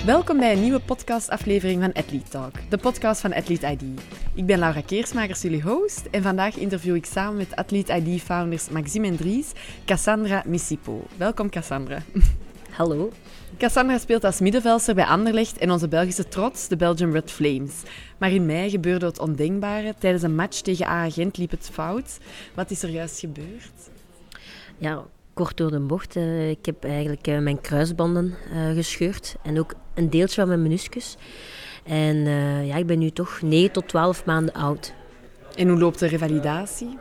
Welkom bij een nieuwe podcastaflevering van Athlete Talk, de podcast van Athlete ID. Ik ben Laura Keersmakers, jullie host, en vandaag interview ik samen met Athlete ID-founders Maxime en Dries Cassandra Missipo. Welkom Cassandra. Hallo. Cassandra speelt als middenveldster bij Anderlecht en onze Belgische trots, de Belgian Red Flames. Maar in mei gebeurde het ondenkbare. Tijdens een match tegen A-Gent liep het fout. Wat is er juist gebeurd? Ja, kort door de bocht. Ik heb eigenlijk mijn kruisbanden gescheurd en ook een deeltje van mijn meniscus. En ik ben nu toch 9 tot 12 maanden oud. En hoe loopt de revalidatie?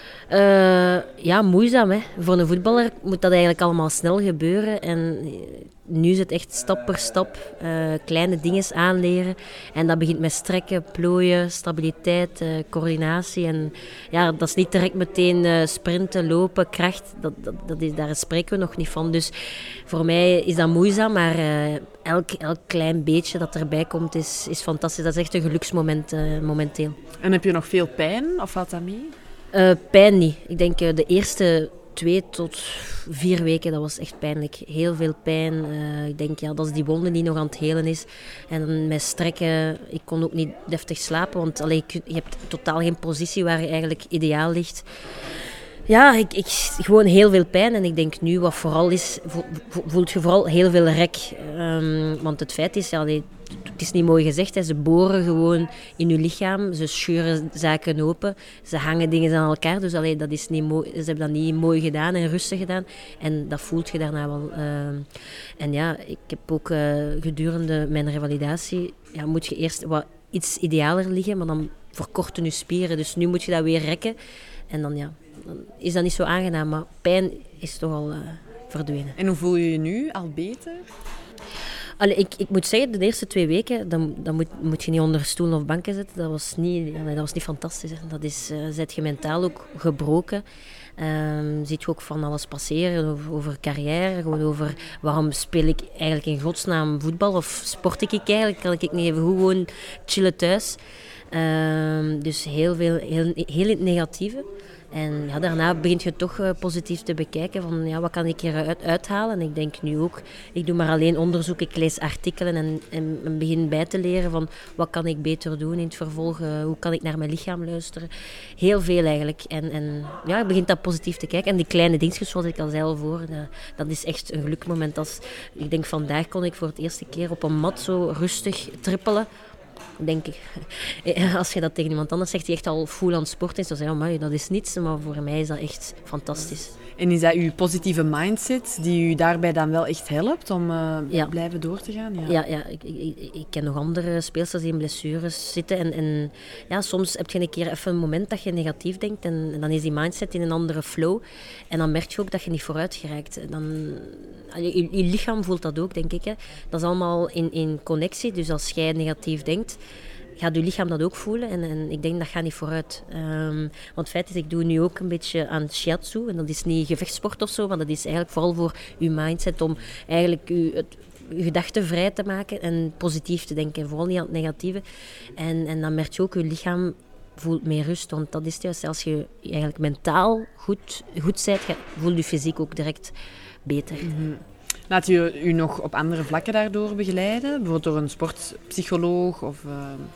Moeizaam. Hè. Voor een voetballer moet dat eigenlijk allemaal snel gebeuren. En nu is het echt stap per stap kleine dingen aanleren. En dat begint met strekken, plooien, stabiliteit, coördinatie. En ja, dat is niet direct meteen sprinten, lopen, kracht. Daar spreken we nog niet van. Dus voor mij is dat moeizaam, maar elk klein beetje dat erbij komt is fantastisch. Dat is echt een geluksmoment momenteel. En heb je nog veel pijn of valt dat mee? Pijn niet. Ik denk de eerste 2 tot 4 weken, dat was echt pijnlijk. Heel veel pijn. Ik denk, dat is die wonde die nog aan het helen is. En met strekken, ik kon ook niet deftig slapen, want je hebt totaal geen positie waar je eigenlijk ideaal ligt. Ja, ik gewoon heel veel pijn. En ik denk nu, wat vooral is, voelt je vooral heel veel rek. Want het feit is, het is niet mooi gezegd, hè. Ze boren gewoon in je lichaam. Ze scheuren zaken open. Ze hangen dingen aan elkaar. Dus dat is niet mooi. Ze hebben dat niet mooi gedaan en rustig gedaan. En dat voelt je daarna wel. En ja, ik heb ook gedurende mijn revalidatie, moet je eerst wat iets idealer liggen, maar dan verkorten je spieren. Dus nu moet je dat weer rekken. En dan is dat niet zo aangenaam, maar pijn is toch al verdwenen. En hoe voel je je nu? Al beter? Ik moet zeggen, de eerste 2 weken, dan moet je niet onder stoelen of banken zitten. Dat was niet fantastisch. Hè. Dat is, zet je mentaal ook gebroken. Ziet je ook van alles passeren over carrière, gewoon over waarom speel ik eigenlijk in godsnaam voetbal of sport ik eigenlijk, kan ik niet even gewoon chillen thuis. Dus heel veel, heel het negatieve. En daarna begint je toch positief te bekijken van wat kan ik hier uithalen. En ik denk nu ook, ik doe maar alleen onderzoek, ik lees artikelen en begin bij te leren van wat kan ik beter doen in het vervolg. Hoe kan ik naar mijn lichaam luisteren. Heel veel eigenlijk. En ik begin dat positief te kijken. En die kleine dingetjes, zoals ik al zei al voor, dat is echt een gelukmoment. Ik denk vandaag kon ik voor het eerste keer op een mat zo rustig trippelen. Denk ik. Als je dat tegen iemand anders zegt die echt al full aan het sporten is, dan zeg je, dat is niets, maar voor mij is dat echt fantastisch. En is dat uw positieve mindset die u daarbij dan wel echt helpt om blijven door te gaan? Ja. Ik ken nog andere speelsters die in blessures zitten en soms heb je een keer even een moment dat je negatief denkt en dan is die mindset in een andere flow en dan merk je ook dat je niet vooruit geraakt. Je lichaam voelt dat ook, denk ik. Hè. Dat is allemaal in connectie, dus als jij negatief denkt, gaat je lichaam dat ook voelen en ik denk dat gaat niet vooruit. Want het feit is, ik doe nu ook een beetje aan shiatsu en dat is niet gevechtsport of zo, maar dat is eigenlijk vooral voor je mindset om eigenlijk je gedachten vrij te maken en positief te denken, vooral niet aan het negatieve. En dan merk je ook, je lichaam voelt meer rust, want dat is het juist. Als je eigenlijk mentaal goed bent, voelt je fysiek ook direct beter. Mm-hmm. Laat je u nog op andere vlakken daardoor begeleiden? Bijvoorbeeld door een sportpsycholoog? Of,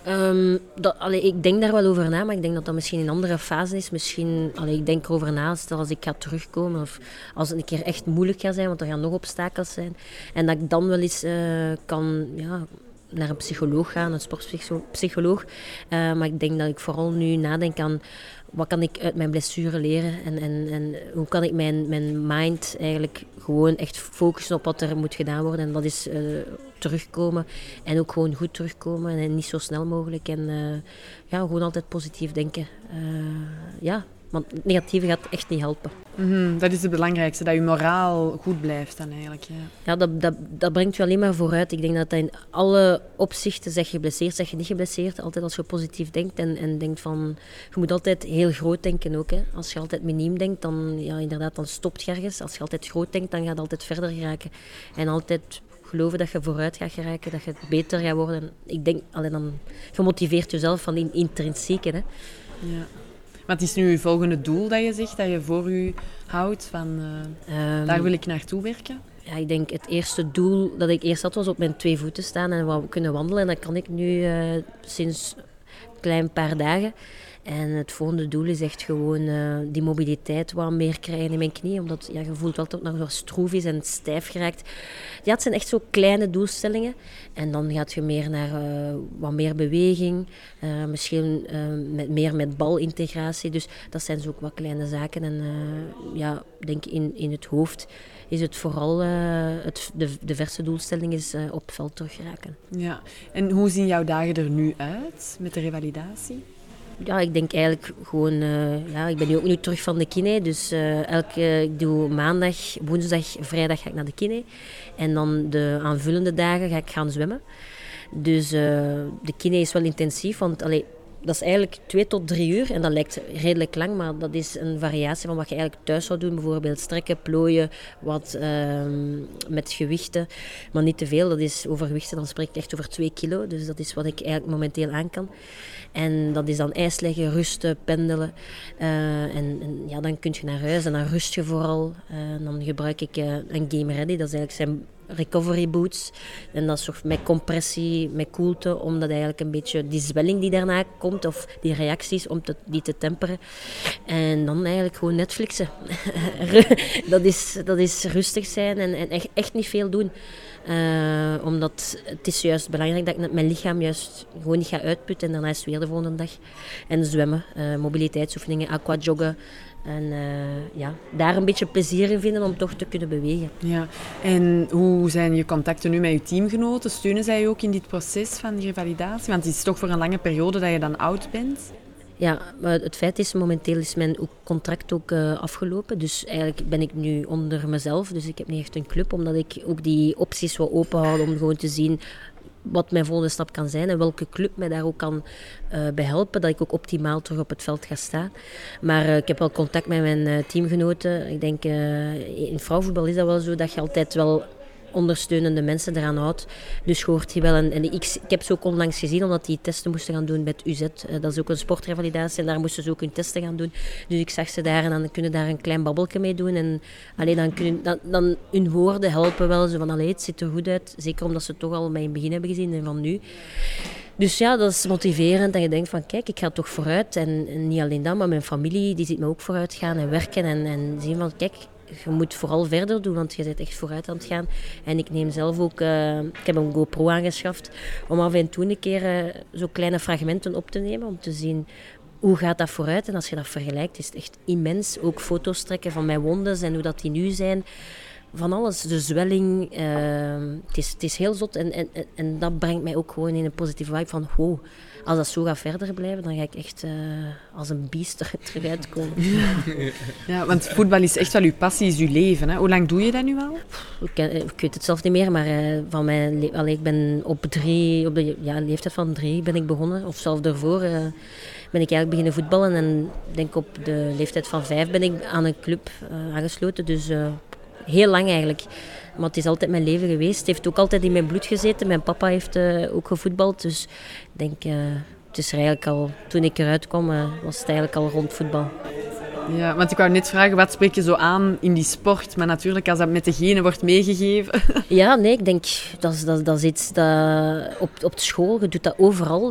ik denk daar wel over na, maar ik denk dat dat misschien in andere fasen is. Ik denk erover na, stel als ik ga terugkomen of als het een keer echt moeilijk gaat zijn, want er gaan nog obstakels zijn. En dat ik dan wel eens kan naar een psycholoog gaan, een sportpsycholoog. Maar ik denk dat ik vooral nu nadenk aan wat kan ik uit mijn blessure leren en hoe kan ik mijn mind eigenlijk gewoon echt focussen op wat er moet gedaan worden. En dat is terugkomen en ook gewoon goed terugkomen en niet zo snel mogelijk. En gewoon altijd positief denken. Want het negatieve gaat echt niet helpen. Mm-hmm, dat is het belangrijkste, dat je moraal goed blijft dan eigenlijk. Ja, dat brengt je alleen maar vooruit. Ik denk dat in alle opzichten, zeg je geblesseerd, zeg je niet geblesseerd, altijd als je positief denkt en denkt van, je moet altijd heel groot denken ook. Hè. Als je altijd miniem denkt, dan stopt je ergens. Als je altijd groot denkt, dan gaat je altijd verder geraken. En altijd geloven dat je vooruit gaat geraken, dat je beter gaat worden. Ik denk, dan gemotiveerd jezelf van die intrinsieke. Hè. Ja. Maar het is nu je volgende doel dat je zegt, dat je voor u houdt, van daar wil ik naartoe werken? Ja, ik denk het eerste doel dat ik eerst had was op mijn 2 voeten staan en wat kunnen wandelen. En dat kan ik nu sinds een klein paar dagen. En het volgende doel is echt gewoon die mobiliteit wat meer krijgen in mijn knie. Omdat je voelt altijd dat het nog stroef is en stijf geraakt. Ja, het zijn echt zo kleine doelstellingen. En dan gaat je meer naar wat meer beweging. Misschien meer met balintegratie. Dus dat zijn zo ook wat kleine zaken. En ik denk in het hoofd is het vooral de verse doelstelling is op het veld terug geraken. Ja, en hoe zien jouw dagen er nu uit met de revalidatie? Ja, ik denk eigenlijk gewoon... ik ben nu ook nu terug van de kine. Dus ik doe maandag, woensdag, vrijdag ga ik naar de kine. En dan de aanvullende dagen ga ik gaan zwemmen. Dus de kine is wel intensief, want dat is eigenlijk 2 tot 3 uur. En dat lijkt redelijk lang, maar dat is een variatie van wat je eigenlijk thuis zou doen. Bijvoorbeeld strekken, plooien, wat met gewichten. Maar niet te veel, dat is overgewichten. Dan spreek ik echt over 2 kilo. Dus dat is wat ik eigenlijk momenteel aan kan. En dat is dan ijs leggen, rusten, pendelen. Dan kun je naar huis en dan rust je vooral. Dan gebruik ik een Game Ready, dat is eigenlijk zijn recovery boots. En dat is met compressie, met koelte, om dat eigenlijk een beetje die zwelling die daarna komt, of die reacties, om die te temperen. En dan eigenlijk gewoon Netflixen. dat is rustig zijn en echt niet veel doen. Omdat het is juist belangrijk dat ik mijn lichaam juist gewoon niet ga uitputten. En daarna is het weer de volgende dag. En zwemmen, mobiliteitsoefeningen, aquajoggen. En daar een beetje plezier in vinden om toch te kunnen bewegen. Ja. En hoe zijn je contacten nu met je teamgenoten? Steunen zij je ook in dit proces van die revalidatie? Want het is toch voor een lange periode dat je dan oud bent. Ja, maar het feit is, momenteel is mijn contract ook afgelopen. Dus eigenlijk ben ik nu onder mezelf. Dus ik heb niet echt een club, omdat ik ook die opties wil openhouden om gewoon te zien wat mijn volgende stap kan zijn en welke club mij daar ook kan behelpen, dat ik ook optimaal terug op het veld ga staan. Maar ik heb wel contact met mijn teamgenoten. Ik denk, in vrouwenvoetbal is dat wel zo, dat je altijd wel ondersteunende mensen eraan houdt. Dus hoort je wel. En ik heb ze ook onlangs gezien, omdat die testen moesten gaan doen bij het UZ. Dat is ook een sportrevalidatie en daar moesten ze ook hun testen gaan doen. Dus ik zag ze daar en dan kunnen daar een klein babbeltje mee doen. En dan hun woorden helpen wel. Zo van, het ziet er goed uit. Zeker omdat ze het toch al mij in het begin hebben gezien en van nu. Dus ja, dat is motiverend. En je denkt van, kijk, ik ga toch vooruit. En niet alleen dat, maar mijn familie, die ziet me ook vooruit gaan en werken. En zien van, kijk, je moet vooral verder doen, want je bent echt vooruit aan het gaan. En ik neem zelf ook... ik heb een GoPro aangeschaft om af en toe een keer zo kleine fragmenten op te nemen, om te zien hoe gaat dat vooruit. En als je dat vergelijkt, is het echt immens. Ook foto's trekken van mijn wonden en hoe dat die nu zijn. Van alles, de zwelling. Het is heel zot. En dat brengt mij ook gewoon in een positieve vibe van... Wow, als dat zo gaat verder blijven, dan ga ik echt als een beest terug uitkomen. Ja, want voetbal is echt wel uw passie, is uw leven. Hè? Hoe lang doe je dat nu al? Ik weet het zelf niet meer, maar ik ben op de leeftijd van 3 ben ik begonnen. Of zelf daarvoor ben ik eigenlijk beginnen voetballen. En ik denk op de leeftijd van 5 ben ik aan een club aangesloten. Dus... heel lang eigenlijk. Maar het is altijd mijn leven geweest. Het heeft ook altijd in mijn bloed gezeten. Mijn papa heeft ook gevoetbald. Dus ik denk, het is er eigenlijk al... Toen ik eruit kwam, was het eigenlijk al rond voetbal. Ja, want ik wou net vragen, wat spreek je zo aan in die sport? Maar natuurlijk, als dat met de genen wordt meegegeven... Ja, nee, ik denk, dat is iets dat... Op de school, je doet dat overal,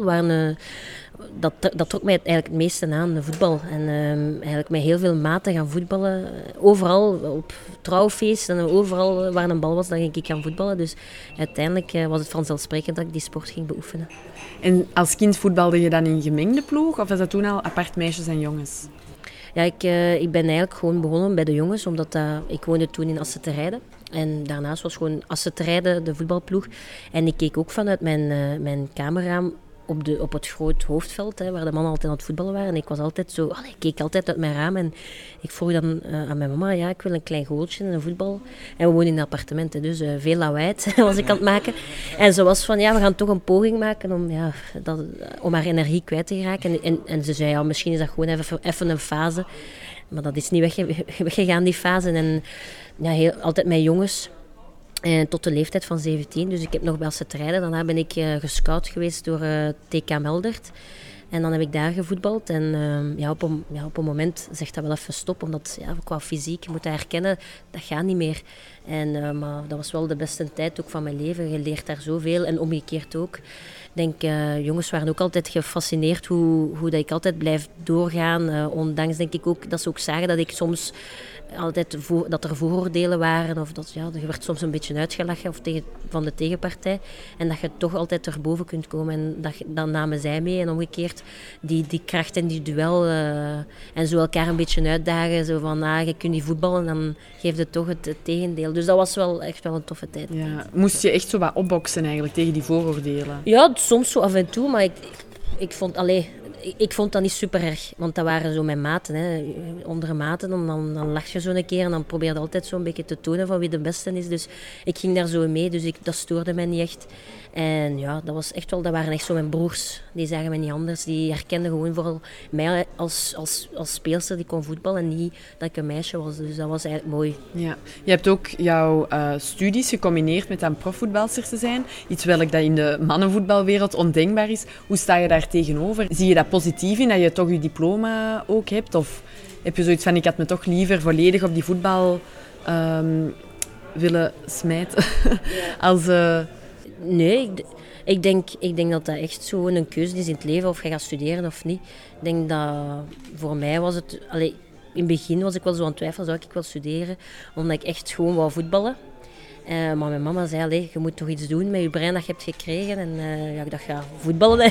dat trok mij eigenlijk het meeste aan, de voetbal. En eigenlijk met heel veel maten gaan voetballen. Overal, op trouwfeesten en overal waar een bal was, dan ging ik gaan voetballen. Dus uiteindelijk was het vanzelfsprekend dat ik die sport ging beoefenen. En als kind voetbalde je dan in gemengde ploeg? Of was dat toen al apart meisjes en jongens? Ja, ik ben eigenlijk gewoon begonnen bij de jongens, omdat ik woonde toen in Asseterijden. En daarnaast was gewoon Asseterijden de voetbalploeg. En ik keek ook vanuit mijn kamerraam op het groot hoofdveld, waar de mannen altijd aan het voetballen waren. En ik was altijd zo... ik keek altijd uit mijn raam en ik vroeg dan aan mijn mama, ik wil een klein goaltje en een voetbal. En we woonden in appartementen, dus veel lawaai was ik aan het maken. En ze was van, we gaan toch een poging maken om haar energie kwijt te geraken. En ze zei, misschien is dat gewoon even een fase. Maar dat is niet weggegaan, die fase. En altijd met jongens... tot de leeftijd van 17. Dus ik heb nog bij Asseterijden. Daarna ben ik gescout geweest door TK Meldert. En dan heb ik daar gevoetbald. En op een moment zegt dat wel even stop. Omdat qua fysiek, je moet dat herkennen, dat gaat niet meer. Maar dat was wel de beste tijd ook van mijn leven. Je leert daar zoveel en omgekeerd ook. Ik denk, jongens waren ook altijd gefascineerd hoe dat ik altijd blijf doorgaan. Ondanks denk ik ook dat ze ook zagen dat ik soms altijd dat er vooroordelen waren. Of dat je werd soms een beetje uitgelachen van de tegenpartij. En dat je toch altijd erboven kunt komen. En dan namen zij mee. En omgekeerd die kracht en die duel. En zo elkaar een beetje uitdagen. Zo van, je kunt niet voetballen. Dan geeft het toch het tegendeel. Dus dat was wel echt wel een toffe tijd. Ja, moest je echt zo wat opboksen eigenlijk tegen die vooroordelen? Ja, soms zo af en toe. Maar ik vond dat niet super erg, want dat waren zo mijn maten. Hè. Onder maten, dan lach je zo een keer en dan probeerde altijd zo een beetje te tonen van wie de beste is. Dus ik ging daar zo mee, dus dat stoorde mij niet echt. En ja, dat waren echt zo mijn broers. Die zagen mij niet anders. Die herkenden gewoon vooral mij als speelster die kon voetballen en niet dat ik een meisje was. Dus dat was eigenlijk mooi. Ja. Je hebt ook jouw studies gecombineerd met aan profvoetbalster te zijn. Iets welk dat in de mannenvoetbalwereld ondenkbaar is. Hoe sta je daar tegenover? Zie je dat positief in, dat je toch je diploma ook hebt? Of heb je zoiets van, ik had me toch liever volledig op die voetbal willen smijten? Als... Nee, ik denk dat dat echt zo een keuze is in het leven, of je gaat studeren of niet. Ik denk dat voor mij was het... in het begin was ik wel zo aan het twijfelen, zou ik wel studeren? Omdat ik echt gewoon wou voetballen. Maar mijn mama zei, je moet toch iets doen met je brein dat je hebt gekregen. En ik dacht, voetballen.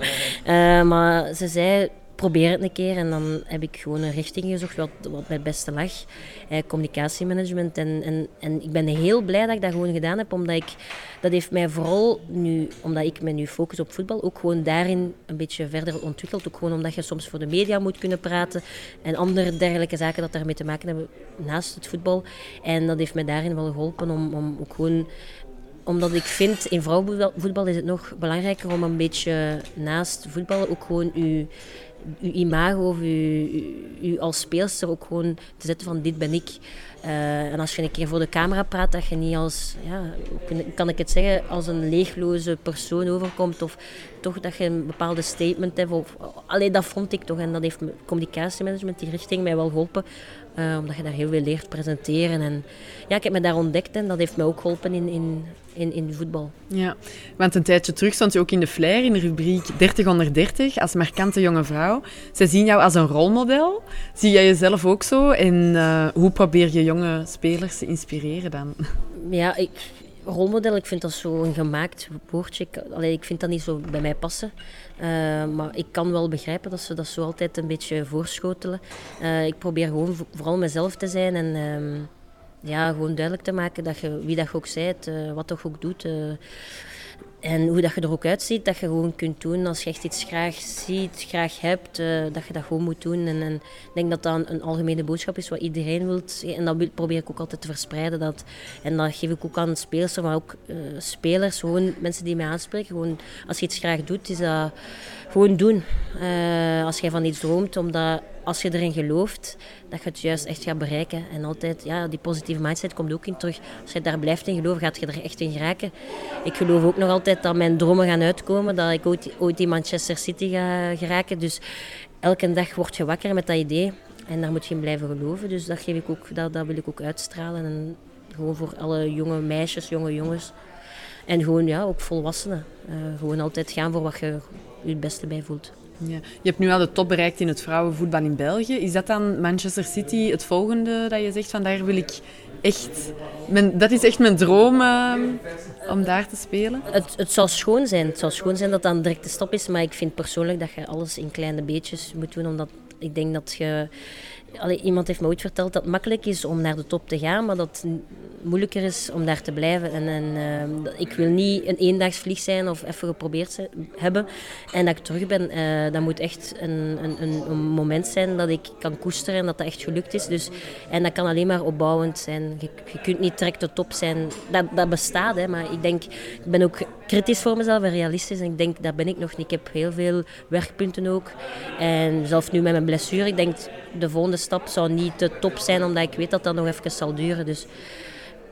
Maar ze zei, probeer het een keer. En dan heb ik gewoon een richting gezocht wat mij het beste lag. Communicatiemanagement. En ik ben heel blij dat ik dat gewoon gedaan heb. Dat heeft mij vooral nu, omdat ik me nu focus op voetbal, ook gewoon daarin een beetje verder ontwikkeld. Ook gewoon omdat je soms voor de media moet kunnen praten. En andere dergelijke zaken dat daarmee te maken hebben naast het voetbal. En dat heeft mij daarin wel geholpen om ook gewoon... Omdat ik vind, in vrouwenvoetbal is het nog belangrijker om een beetje naast voetballen ook gewoon uw imago of u als speelster ook gewoon te zetten van dit ben ik. En als je een keer voor de camera praat, dat je niet als, kan ik het zeggen, als een leegloze persoon overkomt. Of toch dat je een bepaalde statement hebt. Dat vond ik toch. En dat heeft communicatiemanagement, die richting, mij wel geholpen. Omdat je daar heel veel leert presenteren. En ik heb me daar ontdekt en dat heeft mij ook geholpen in voetbal. Ja, want een tijdje terug stond je ook in de Flair, in de rubriek 30 onder 30, als markante jonge vrouw. Zij zien jou als een rolmodel. Zie jij jezelf ook zo? En hoe probeer je jonge spelers te inspireren dan? Ja, rolmodel, ik vind dat zo een gemaakt woordje. Ik vind dat niet zo bij mij passen. Maar ik kan wel begrijpen dat ze dat zo altijd een beetje voorschotelen. Ik probeer gewoon vooral mezelf te zijn en gewoon duidelijk te maken dat je, wie dat je ook bent, wat je ook doet. En hoe dat je er ook uitziet, dat je gewoon kunt doen als je echt iets graag ziet, graag hebt, dat je dat gewoon moet doen. En ik denk dat dat een algemene boodschap is wat iedereen wil. En dat probeer ik ook altijd te verspreiden. En dat geef ik ook aan spelers, maar ook spelers, gewoon mensen die mij aanspreken. Gewoon, als je iets graag doet, is dat gewoon doen. Als je van iets droomt, omdat als je erin gelooft, dat je het juist echt gaat bereiken. En altijd, die positieve mindset komt ook in terug. Als je daar blijft in geloven, gaat je er echt in geraken. Ik geloof ook nog altijd dat mijn dromen gaan uitkomen, dat ik ooit in Manchester City ga geraken. Dus elke dag word je wakker met dat idee. En daar moet je in blijven geloven. Dus dat geef ik ook, dat wil ik ook uitstralen. En gewoon voor alle jonge meisjes, jonge jongens. En gewoon, ook volwassenen. Gewoon altijd gaan voor wat je het beste bij voelt. Ja. Je hebt nu al de top bereikt in het vrouwenvoetbal in België. Is dat dan Manchester City het volgende dat je zegt van daar wil ik echt... dat is echt mijn droom om daar te spelen? Het zou schoon zijn. Het zou schoon zijn dat dat een directe stap is. Maar ik vind persoonlijk dat je alles in kleine beetjes moet doen. Omdat ik denk dat je... iemand heeft me ooit verteld dat het makkelijk is om naar de top te gaan, maar dat het moeilijker is om daar te blijven. Ik wil niet een eendagsvlieg zijn of even geprobeerd hebben en dat ik terug ben. Dat moet echt een moment zijn dat ik kan koesteren en dat dat echt gelukt is. Dus, en dat kan alleen maar opbouwend zijn. Je kunt niet direct de top zijn. Dat bestaat, hè, maar ik ben ook kritisch voor mezelf en realistisch. En ik denk, dat ben ik nog niet. Ik heb heel veel werkpunten ook. En zelfs nu met mijn blessure, ik denk, de volgende stap zou niet de top zijn, omdat ik weet dat dat nog even zal duren. Dus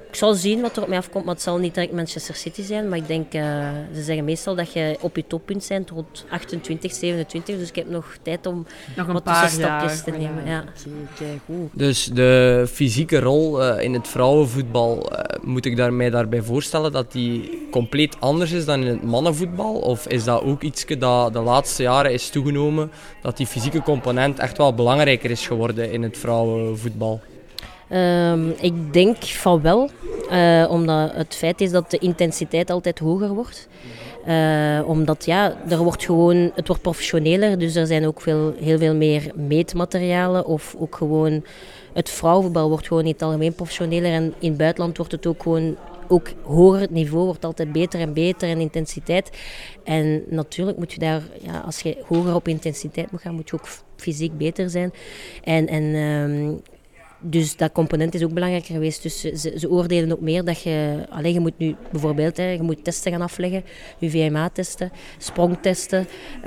Ik zal zien wat er op mij afkomt, maar het zal niet direct Manchester City zijn. Maar ik denk, ze zeggen meestal dat je op je toppunt bent rond 28, 27. Dus ik heb nog tijd om Nog een wat paar tussenstapjes te jaar. nemen. Ja. Oké, goed. Dus de fysieke rol in het vrouwenvoetbal, moet ik mij daarbij voorstellen dat die compleet anders is dan in het mannenvoetbal? Of is dat ook iets dat de laatste jaren is toegenomen, dat die fysieke component echt wel belangrijker is geworden in het vrouwenvoetbal? Ik denk van wel, omdat het feit is dat de intensiteit altijd hoger wordt. Omdat er wordt het wordt professioneler, dus er zijn ook heel veel meer meetmaterialen. Of ook gewoon, het vrouwenvoetbal wordt gewoon in het algemeen professioneler. En in het buitenland wordt het ook gewoon hoger. Het niveau wordt altijd beter en beter en intensiteit. En natuurlijk moet je daar, als je hoger op intensiteit moet gaan, moet je ook fysiek beter zijn. Dus dat component is ook belangrijker geweest. Dus ze oordelen ook meer dat je moet nu bijvoorbeeld je moet testen gaan afleggen, je VMA-testen, sprongtesten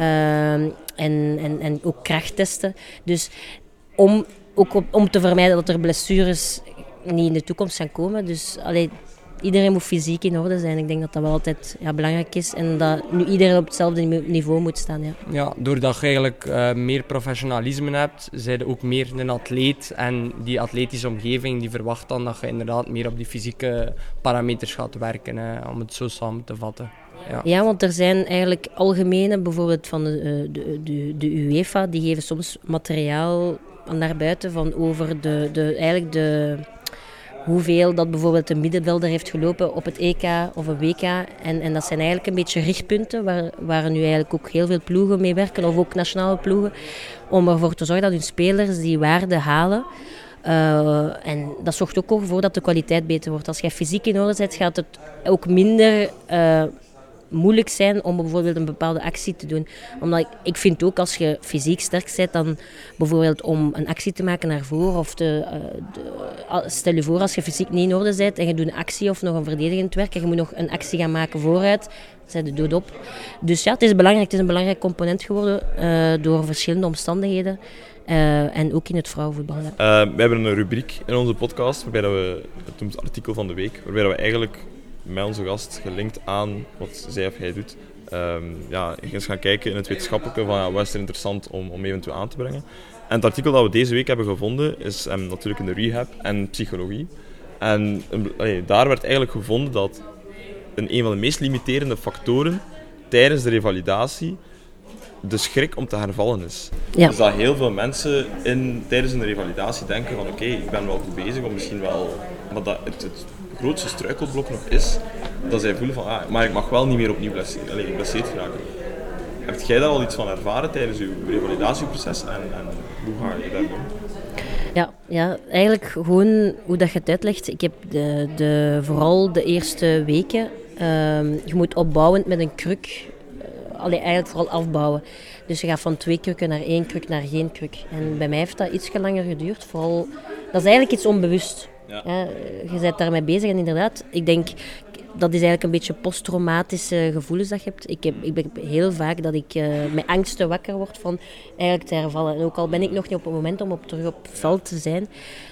en ook krachttesten. Dus om te vermijden dat er blessures niet in de toekomst gaan komen. Dus iedereen moet fysiek in orde zijn. Ik denk dat dat wel altijd belangrijk is en dat nu iedereen op hetzelfde niveau moet staan. Ja. Ja, doordat je eigenlijk meer professionalisme hebt, zijn je ook meer een atleet. En die atletische omgeving die verwacht dan dat je inderdaad meer op die fysieke parameters gaat werken, om het zo samen te vatten. Ja, want er zijn eigenlijk algemene, bijvoorbeeld van de UEFA, die geven soms materiaal naar buiten van over hoeveel dat bijvoorbeeld een middenvelder heeft gelopen op het EK of een WK. En dat zijn eigenlijk een beetje richtpunten waar nu eigenlijk ook heel veel ploegen mee werken, of ook nationale ploegen, om ervoor te zorgen dat hun spelers die waarde halen. En dat zorgt ook voor dat de kwaliteit beter wordt. Als jij fysiek in orde bent, gaat het ook minder moeilijk zijn om bijvoorbeeld een bepaalde actie te doen. Omdat ik vind ook, als je fysiek sterk bent, dan bijvoorbeeld om een actie te maken naar voren, of stel je voor als je fysiek niet in orde bent en je doet een actie of nog een verdedigend werk en je moet nog een actie gaan maken vooruit, zet je dood op. Dus ja, het is een belangrijk component geworden door verschillende omstandigheden. En ook in het vrouwenvoetbal. Ja. We hebben een rubriek in onze podcast, waarbij het noemt artikel van de week, waarbij we eigenlijk met onze gast gelinkt aan wat zij of hij doet. Eens gaan kijken in het wetenschappelijke van wat is er interessant om eventueel aan te brengen. En het artikel dat we deze week hebben gevonden is natuurlijk in de rehab en psychologie. En daar werd eigenlijk gevonden dat een van de meest limiterende factoren tijdens de revalidatie de schrik om te hervallen is. Ja. Dus dat heel veel mensen tijdens een revalidatie denken van oké, ik ben wel goed bezig, of misschien wel... Maar dat het grootste struikelblok nog is, dat zij voelen van maar ik mag wel niet meer opnieuw geblesseerd geraken. Heb jij daar al iets van ervaren tijdens je revalidatieproces en hoe ga je daar doen? Ja, eigenlijk gewoon hoe dat je het uitlegt. Ik heb vooral de eerste weken, je moet opbouwend met een kruk, eigenlijk vooral afbouwen. Dus je gaat van 2 krukken naar 1 kruk naar geen kruk. En bij mij heeft dat iets langer geduurd. Vooral, dat is eigenlijk iets onbewust. Ja. Je bent daarmee bezig en inderdaad, ik denk, dat is eigenlijk een beetje posttraumatische gevoelens dat je hebt. Ik ben heel vaak dat ik met angsten wakker word van eigenlijk te hervallen. En ook al ben ik nog niet op het moment om terug op het veld te zijn.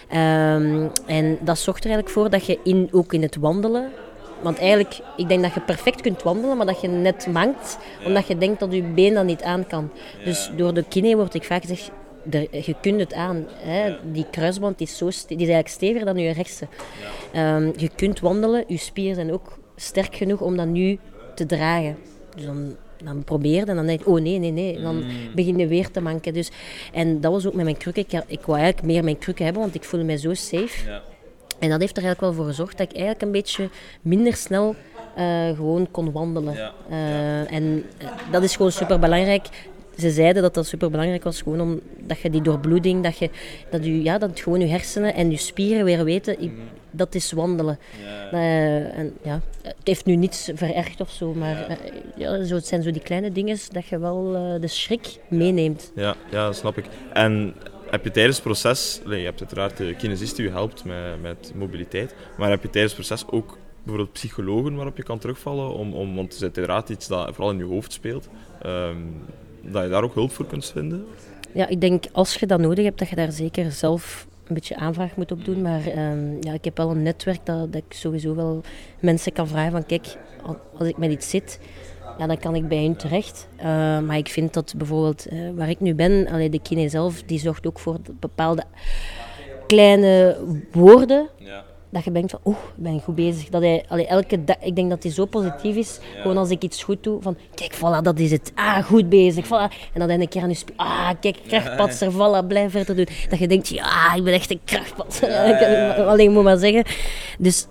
En dat zorgt er eigenlijk voor dat je ook in het wandelen... Want eigenlijk, ik denk dat je perfect kunt wandelen, maar dat je net mankt, omdat je denkt dat je been dat niet aan kan. Ja. Dus door de kine wordt ik vaak gezegd, je kunt het aan. Hè. Ja. Die kruisband is eigenlijk steviger dan je rechtse. Ja. Je kunt wandelen, je spieren zijn ook sterk genoeg om dat nu te dragen. Dus dan probeer je en dan denk je, oh nee. Dan begin je weer te manken. Dus, en dat was ook met mijn krukken. Ik wou eigenlijk meer mijn krukken hebben, want ik voelde mij zo safe. Ja. En dat heeft er eigenlijk wel voor gezorgd dat ik eigenlijk een beetje minder snel gewoon kon wandelen. Ja. En dat is gewoon superbelangrijk. Ze zeiden dat superbelangrijk was, gewoon omdat je die doorbloeding, dat gewoon je hersenen en je spieren weer weten, dat is wandelen. Ja. Het heeft nu niets verergd of zo, maar het zijn zo die kleine dingen dat je wel de schrik meeneemt. Ja, dat snap ik. En heb je tijdens het proces, je hebt uiteraard de kinesist die je helpt met mobiliteit, maar heb je tijdens het proces ook bijvoorbeeld psychologen waarop je kan terugvallen, want het is uiteraard iets dat vooral in je hoofd speelt, dat je daar ook hulp voor kunt vinden? Ja, ik denk als je dat nodig hebt, dat je daar zeker zelf een beetje aanvraag moet opdoen. Maar ik heb wel een netwerk dat ik sowieso wel mensen kan vragen van kijk, als ik met iets zit, dan kan ik bij hen terecht. Maar ik vind dat bijvoorbeeld waar ik nu ben, de kine zelf, die zorgt ook voor bepaalde kleine woorden. Ja. Dat je denkt van, ik ben goed bezig. Dat hij elke dag, ik denk dat hij zo positief is. Ja. Gewoon als ik iets goed doe, van kijk, voilà, dat is het. Goed bezig. Voilà. En dan een keer aan je kijk, krachtpatser, voilà, blijf verder doen. Dat je denkt, ik ben echt een krachtpatser. Alleen moet maar zeggen. Dus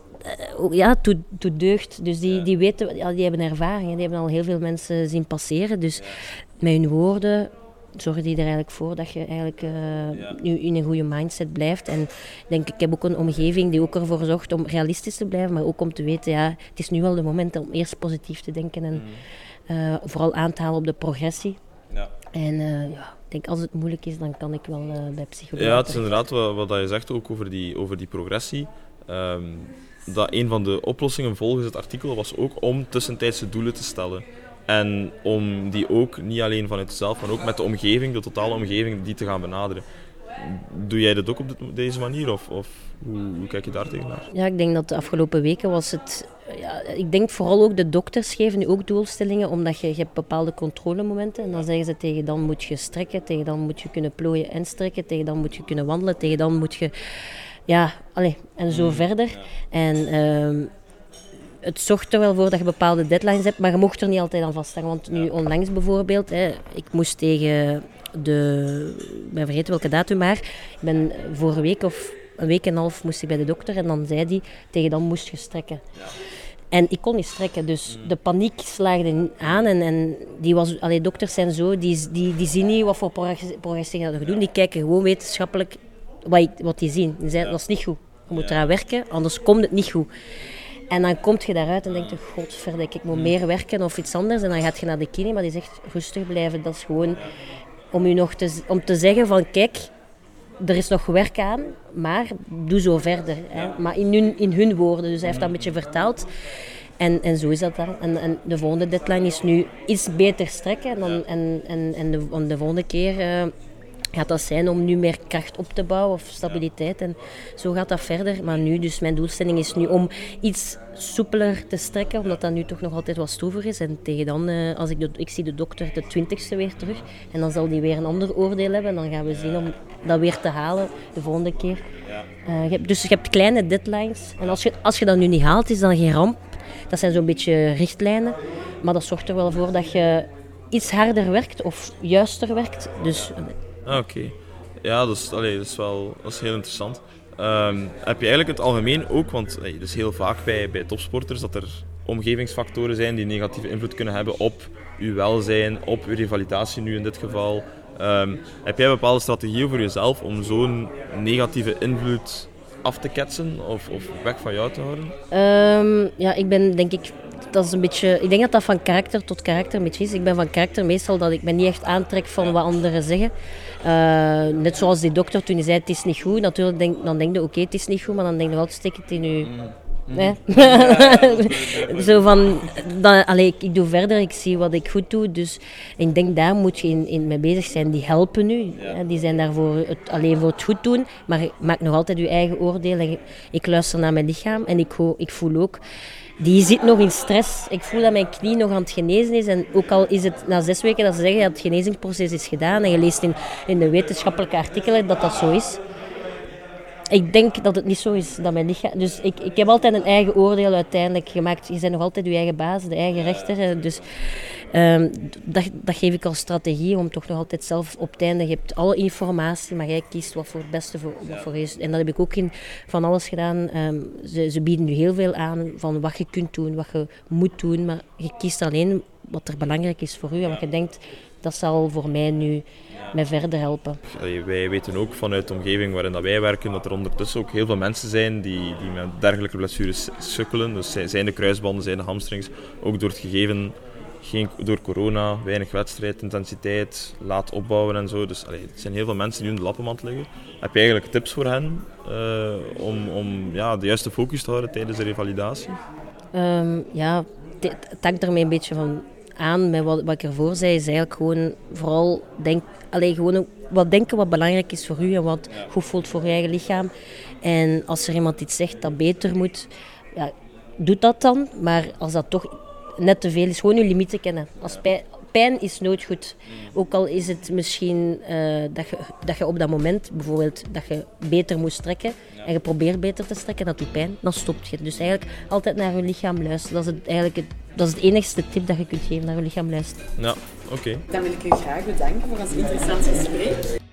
toet deugd. Dus die weten, die hebben ervaring. Die hebben al heel veel mensen zien passeren. Dus met hun woorden zorgen die er eigenlijk voor dat je eigenlijk nu in een goede mindset blijft. En ik heb ook een omgeving die ook ervoor zorgt om realistisch te blijven, maar ook om te weten, het is nu wel de moment om eerst positief te denken en vooral aan te halen op de progressie. Ja. En ik denk als het moeilijk is, dan kan ik wel bij psychologen. Ja, het is inderdaad wat je zegt ook over die progressie. Dat een van de oplossingen volgens het artikel was ook om tussentijdse doelen te stellen. En om die ook, niet alleen vanuit jezelf, maar ook met de omgeving, de totale omgeving, die te gaan benaderen. Doe jij dat ook op deze manier? Of hoe kijk je daar tegenaan? Ja, ik denk dat de afgelopen weken was het... ik denk vooral ook de dokters geven nu ook doelstellingen, omdat je hebt bepaalde controlemomenten. En dan zeggen ze tegen dan moet je strekken, tegen dan moet je kunnen plooien en strekken, tegen dan moet je kunnen wandelen, tegen dan moet je... en zo verder. En... het zorgt er wel voor dat je bepaalde deadlines hebt, maar je mocht er niet altijd aan vasthangen. Want nu onlangs bijvoorbeeld, ik moest tegen ik ben vergeten welke datum maar, ik ben vorige week of een week en een half moest ik bij de dokter en dan zei hij, tegen dan moest je strekken. Ja. En ik kon niet strekken, dus de paniek slaagde aan en dokters zijn zo, die zien niet wat voor progressie je doen, die kijken gewoon wetenschappelijk wat die zien. Die zeiden, dat is niet goed, je moet eraan werken, anders komt het niet goed. En dan kom je daaruit en denk je, godverdikke, ik moet meer werken of iets anders. En dan gaat je naar de kine, maar die zegt, rustig blijven. Dat is gewoon om je nog om te zeggen van, kijk, er is nog werk aan, maar doe zo verder. Hè. Maar in hun woorden, dus hij heeft dat een beetje vertaald. En zo is dat dan. En de volgende deadline is nu iets beter strekken. En de volgende keer... gaat dat zijn om nu meer kracht op te bouwen of stabiliteit. En zo gaat dat verder. Maar nu, dus mijn doelstelling is nu om iets soepeler te strekken, omdat dat nu toch nog altijd wat stroever is. En tegen dan, als ik zie de dokter de 20e weer terug. En dan zal die weer een ander oordeel hebben. En dan gaan we zien om dat weer te halen de volgende keer. Dus je hebt kleine deadlines. En als je dat nu niet haalt, is dan geen ramp. Dat zijn zo'n beetje richtlijnen. Maar dat zorgt er wel voor dat je iets harder werkt of juister werkt. Dus... Oké. Ja, dat is heel interessant. Heb je eigenlijk in het algemeen ook, want het is heel vaak bij topsporters dat er omgevingsfactoren zijn die negatieve invloed kunnen hebben op je welzijn, op je revalidatie nu in dit geval. Heb jij bepaalde strategieën voor jezelf om zo'n negatieve invloed af te ketsen of weg van jou te houden? Ik ben denk ik... Dat is een beetje, ik denk dat van karakter tot karakter een beetje is. Ik ben van karakter meestal dat ik me niet echt aantrek van wat anderen zeggen. Net zoals die dokter toen hij zei het is niet goed. Natuurlijk dan denk je oké, het is niet goed, maar dan denk je wel steek het in je... Zo van, ik doe verder, ik zie wat ik goed doe. Dus ik denk daar moet je in mee bezig zijn. Die helpen nu. Ja. Die zijn daar alleen voor het goed doen. Maar je maakt nog altijd je eigen oordeel. En ik luister naar mijn lichaam en ik voel ook... Die zit nog in stress. Ik voel dat mijn knie nog aan het genezen is. En ook al is het na 6 weken dat ze zeggen dat het genezingsproces is gedaan. En je leest in de wetenschappelijke artikelen dat dat zo is. Ik denk dat het niet zo is. Dat mijn lichaam... Dus ik heb altijd een eigen oordeel uiteindelijk gemaakt. Je bent nog altijd je eigen baas, de eigen rechter. Dus dat geef ik als strategie om toch nog altijd zelf op het einde. Je hebt alle informatie, maar jij kiest wat voor het beste voor je is. En dat heb ik ook in van alles gedaan. Ze bieden nu heel veel aan van wat je kunt doen, wat je moet doen. Maar je kiest alleen wat er belangrijk is voor u. En wat je denkt, dat zal voor mij nu mij verder helpen. Wij weten ook vanuit de omgeving waarin dat wij werken dat er ondertussen ook heel veel mensen zijn die met dergelijke blessures sukkelen. Dus zijn de kruisbanden, zijn de hamstrings, ook door het gegeven, door corona, weinig wedstrijdintensiteit, laat opbouwen en zo. Dus er zijn heel veel mensen die in de lappenmand liggen. Heb je eigenlijk tips voor hen om de juiste focus te houden tijdens de revalidatie? Het hangt ermee een beetje van aan met wat ik ervoor zei, is eigenlijk gewoon vooral gewoon wat denken wat belangrijk is voor u en wat goed voelt voor je eigen lichaam. En als er iemand iets zegt dat beter moet, ja, doe dat dan. Maar als dat toch net te veel is, gewoon je limieten kennen. Pijn is nooit goed. Ook al is het misschien dat je op dat moment bijvoorbeeld dat je beter moest strekken en je probeert beter te strekken, dat doet pijn, dan stopt je. Dus eigenlijk altijd naar je lichaam luisteren. Dat is het enigste tip dat je kunt geven, naar je lichaam luisteren. Ja, oké. Dan wil ik u graag bedanken voor ons interessant gesprek.